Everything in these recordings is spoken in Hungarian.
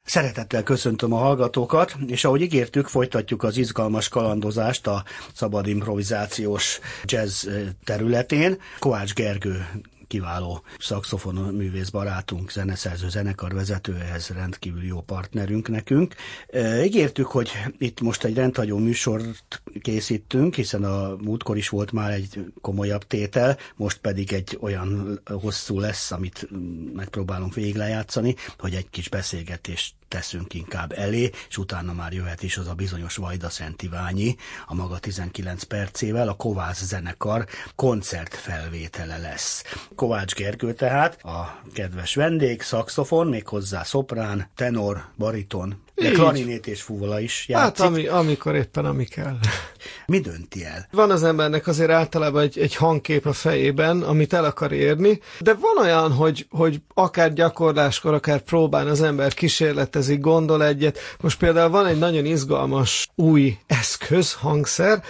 Szeretettel köszöntöm a hallgatókat, és ahogy ígértük, folytatjuk az izgalmas kalandozást a szabad improvizációs jazz területén. Kovács Gergő kiváló szaxofonművész barátunk, zeneszerző, zenekarvezető, ehhez rendkívül jó partnerünk nekünk. Ígértük, hogy itt most egy rendhagyó műsort készítünk, hiszen a múltkor is volt már egy komolyabb tétel, most pedig egy olyan hosszú lesz, amit megpróbálunk végig lejátszani, hogy egy kis beszélgetést teszünk inkább elé, és utána már jöhet is az a bizonyos Vajda Szent Iványi, a maga 19 percével, a Kovász zenekar koncertfelvétele lesz. Kovács Gergő tehát, a kedves vendég, szaxofon, méghozzá szoprán, tenor, bariton, de klarinét és fuvola is játszik. Hát amikor éppen ami kell. Mi dönti el? Van az embernek azért általában egy hangkép a fejében, amit el akar érni, de van olyan, hogy akár gyakorláskor, akár próbán az ember kísérletezik, gondol egyet. Most például van egy nagyon izgalmas új eszköz, hangszer,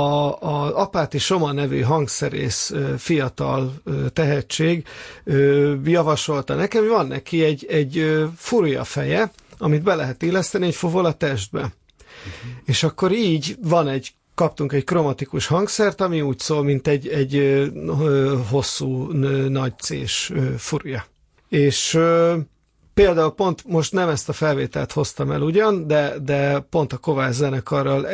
a Apáti Soma nevű hangszerész fiatal tehetség javasolta nekem, van neki egy furja feje, amit be lehet illeszteni egy fuvola testbe. És akkor így kaptunk egy kromatikus hangszert, ami úgy szól, mint egy hosszú, nagy C-s furja. És például pont most nem ezt a felvételt hoztam el ugyan, de pont a Kovács zenekarral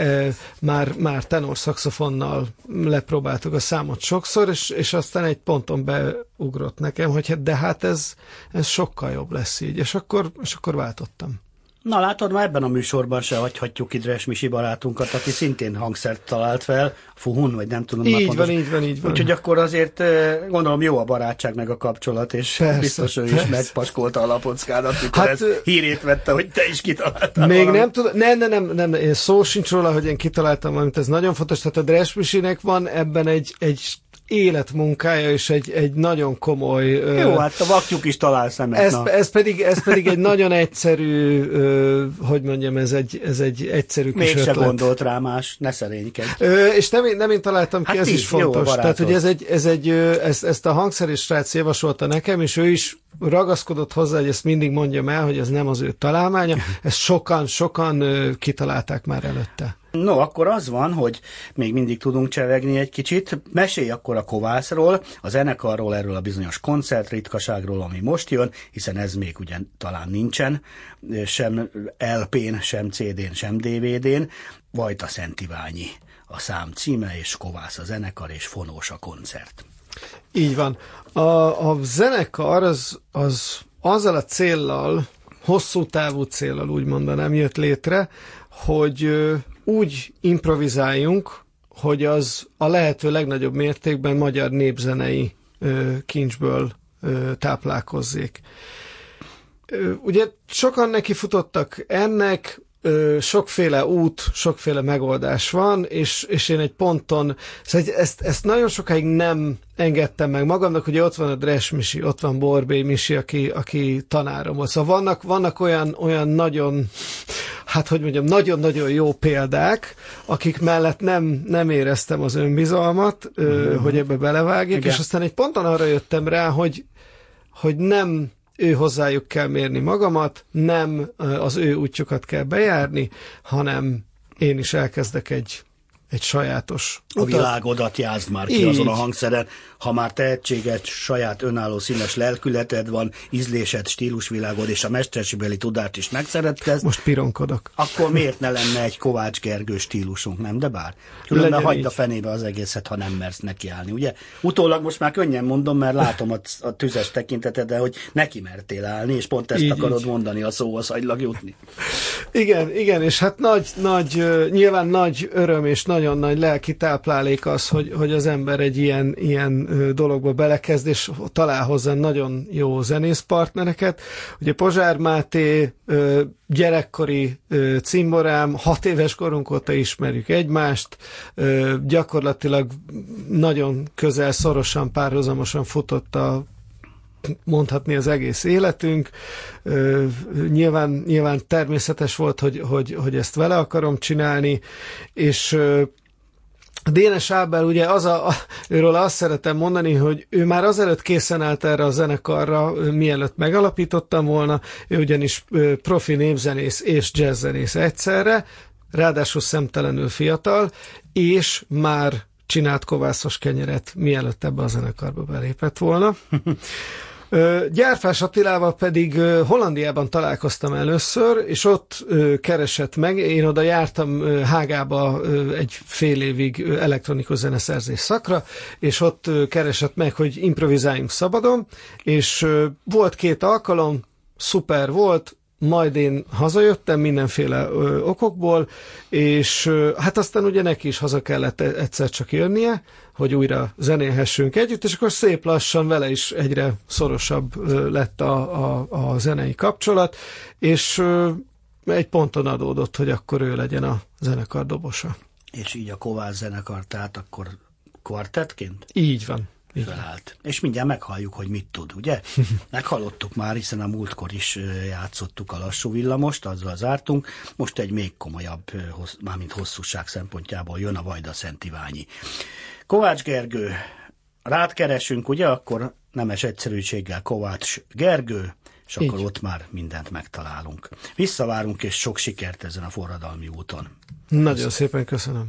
már tenor szaxofonnal lepróbáltuk a számot sokszor, és aztán egy ponton beugrott nekem, hogy ez sokkal jobb lesz így, és akkor váltottam. Na látod, már ebben a műsorban se hagyhatjuk Idres Misi barátunkat, aki szintén hangszert talált fel, Fuhun, vagy nem tudom. Így van. Úgyhogy akkor azért gondolom jó a barátság meg a kapcsolat, és persze, biztos ő is megpaskolta a lapockádat, mikor ez hírét vette, hogy te is kitaláltál még valamit. nem tudom, nem, szó sincs róla, hogy én kitaláltam valamit, ez nagyon fontos, tehát a Idres Misinek van ebben egy életmunkája, és egy nagyon komoly... Jó, hát a vakjuk is talál szemet. Ez pedig egy nagyon egyszerű, hogy mondjam, ez egy egyszerű kis mégse ötlet. Gondolt rá más, ne szerénykedj. És nem én találtam ki, ez is fontos. Tehát, hogy ezt a hangszerés srác javasolta nekem, és ő is ragaszkodott hozzá, hogy ezt mindig mondjam el, hogy ez nem az ő találmánya, ezt sokan kitalálták már előtte. No, akkor az van, hogy még mindig tudunk csevegni egy kicsit. Mesélj akkor a Kovászról, a zenekarról, erről a bizonyos koncertritkaságról, ami most jön, hiszen ez még ugyan talán nincsen, sem LP-n, sem CD-n, sem DVD-n. Vajda Szent Iványi a szám címe, és Kovász a zenekar, és fonós a koncert. Így van. A zenekar az azzal a céllal, hosszú távú céllal úgy mondanám jött létre, hogy úgy improvizáljunk, hogy az a lehető legnagyobb mértékben magyar népzenei kincsből táplálkozzék. Ugye sokan nekifutottak ennek, sokféle út, sokféle megoldás van, és én egy ponton, ezt nagyon sokáig nem engedtem meg magamnak, ugye ott van a Dres Misi, ott van Borbély Misi, aki tanárom volt. Szóval vannak olyan nagyon, nagyon-nagyon jó példák, akik mellett nem éreztem az önbizalmat, hogy ebbe belevágjak, igen. És aztán egy ponton arra jöttem rá, hogy nem ő hozzájuk kell mérni magamat, nem az ő útjukat kell bejárni, hanem én is elkezdek egy sajátos utat. A világodat jázd már ki így. Azon a hangszeren, ha már tehetséget, saját önálló színes lelkületed van, ízlésed, stílusvilágod és a mestersibeli tudást is megszeretkezd. Most pironkodok. Akkor miért ne lenne egy Kovács Gergő stílusunk, nem? De bár. Különben hagyd a fenébe az egészet, ha nem mersz nekiállni, ugye? Utólag most már könnyen mondom, mert látom a tüzes tekinteted, de hogy neki mertél állni, és pont ezt akarod mondani, a szóhoz hagylag jutni. Igen, és hát nyilván nagy öröm és nagyon nagy lelki táplálék az, hogy az ember egy ilyen dologba belekezd, és talál hozzá nagyon jó zenészpartnereket. Ugye Pozsár Máté gyerekkori cimborám, 6 éves korunk óta ismerjük egymást, gyakorlatilag nagyon közel, szorosan, párhuzamosan futott mondhatni az egész életünk. Nyilván természetes volt, hogy ezt vele akarom csinálni, és A Dénes Ábel, ugye őről azt szeretem mondani, hogy ő már azelőtt készen állt erre a zenekarra, mielőtt megalapítottam volna, ő ugyanis profi népzenész és jazzzenész egyszerre, ráadásul szemtelenül fiatal, és már csinált kovászos kenyeret, mielőtt ebbe a zenekarba belépett volna. Gyárfás Attilával pedig Hollandiában találkoztam először, és ott keresett meg, én oda jártam Hágába egy fél évig elektronikus zeneszerzés szakra, és ott keresett meg, hogy improvizáljunk szabadon, és volt 2 alkalom, szuper volt, majd én hazajöttem mindenféle okokból, és hát aztán ugye neki is haza kellett egyszer csak jönnie, hogy újra zenélhessünk együtt, és akkor szép lassan vele is egyre szorosabb lett a zenei kapcsolat, és egy ponton adódott, hogy akkor ő legyen a zenekar dobosa. És így a Kovács zenekar, tehát akkor kvartettként? Így van. Felállt. És mindjárt meghalljuk, hogy mit tud, ugye? Meghallottuk már, hiszen a múltkor is játszottuk a Lassú villamost, azzal zártunk. Most egy még komolyabb, mármint hosszúság szempontjából jön a Vajda Szent Iványi. Kovács Gergő, rád keresünk, ugye? Akkor nemes egyszerűséggel Kovács Gergő, és akkor ott már mindent megtalálunk. Visszavárunk, és sok sikert ezen a forradalmi úton. Nagyon szépen köszönöm.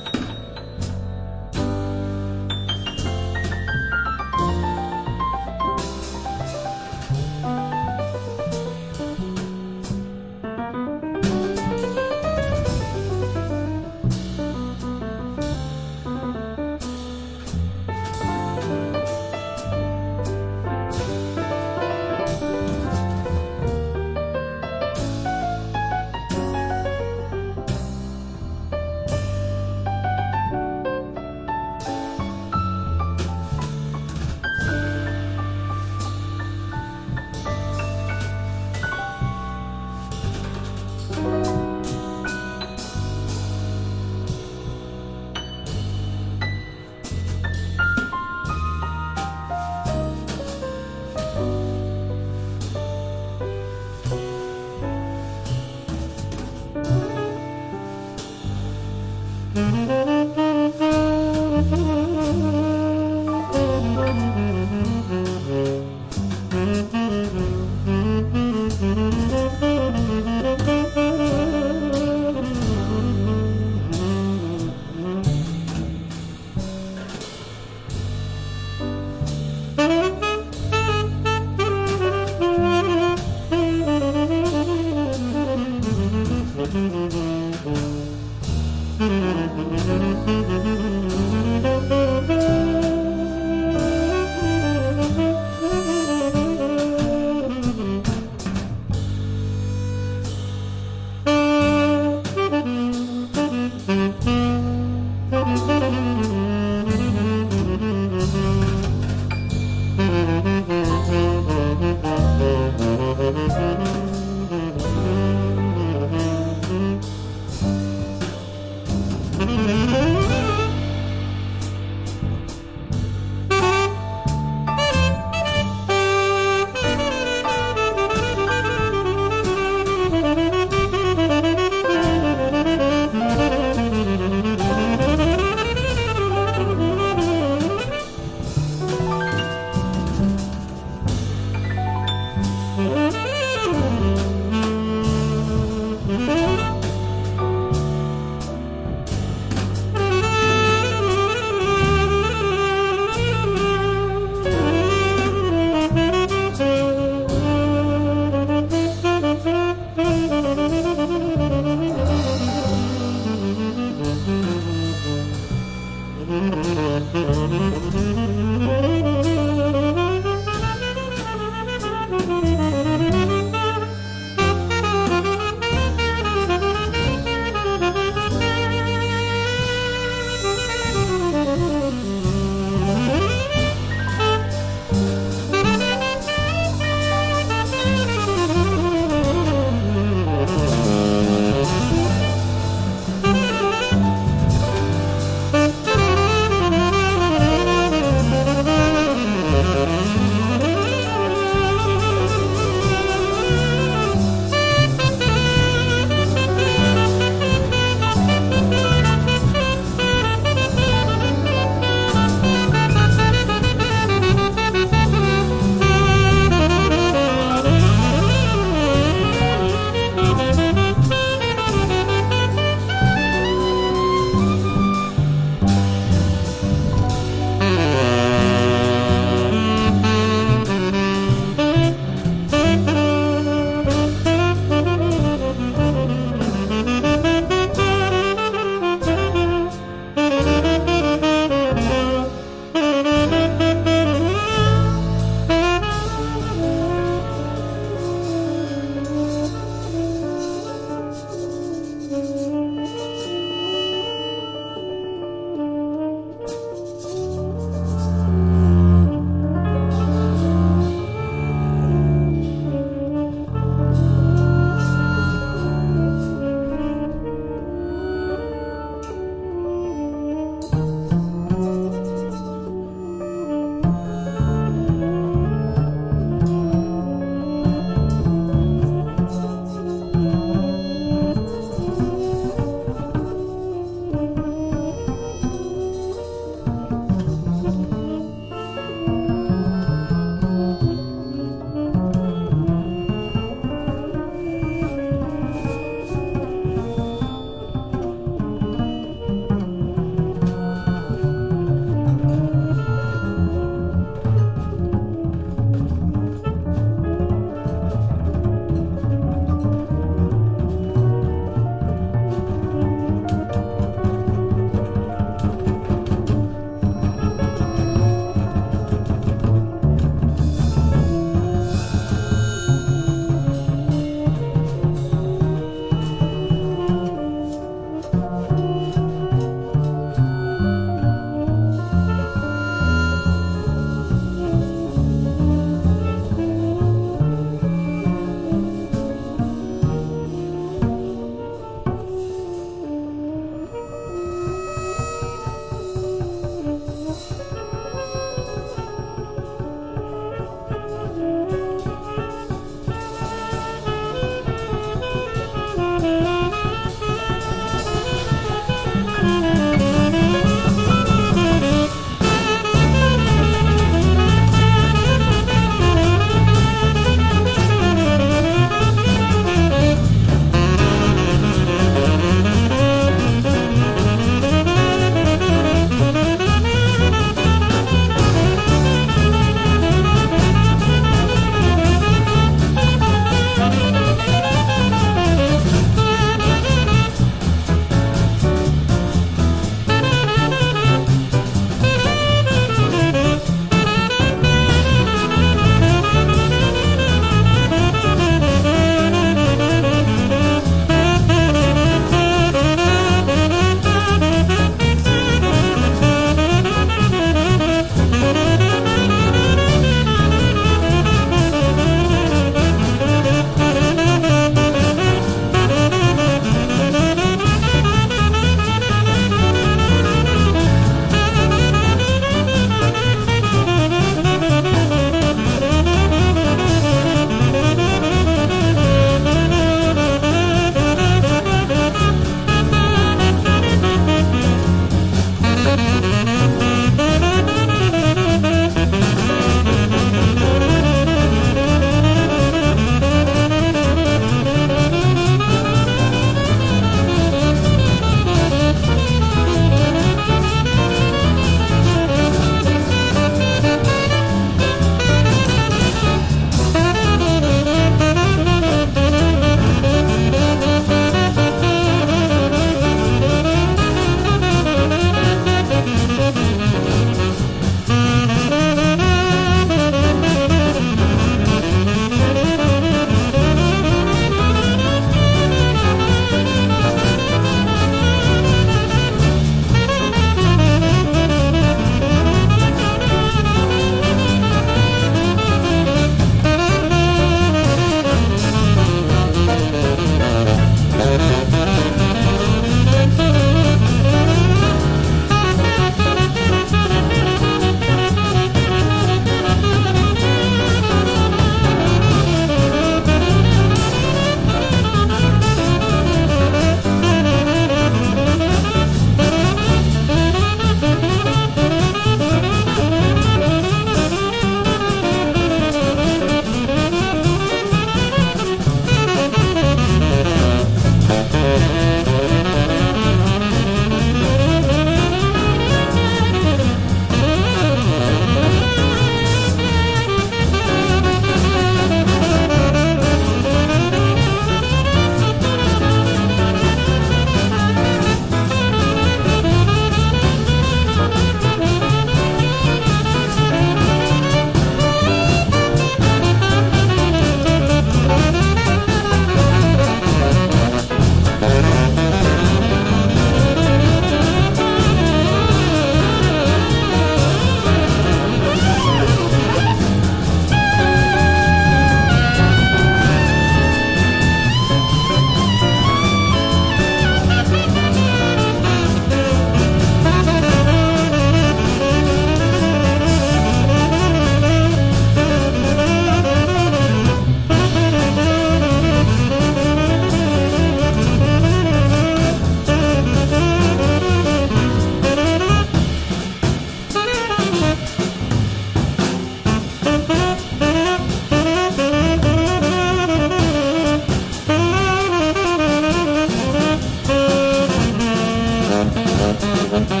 Thank you.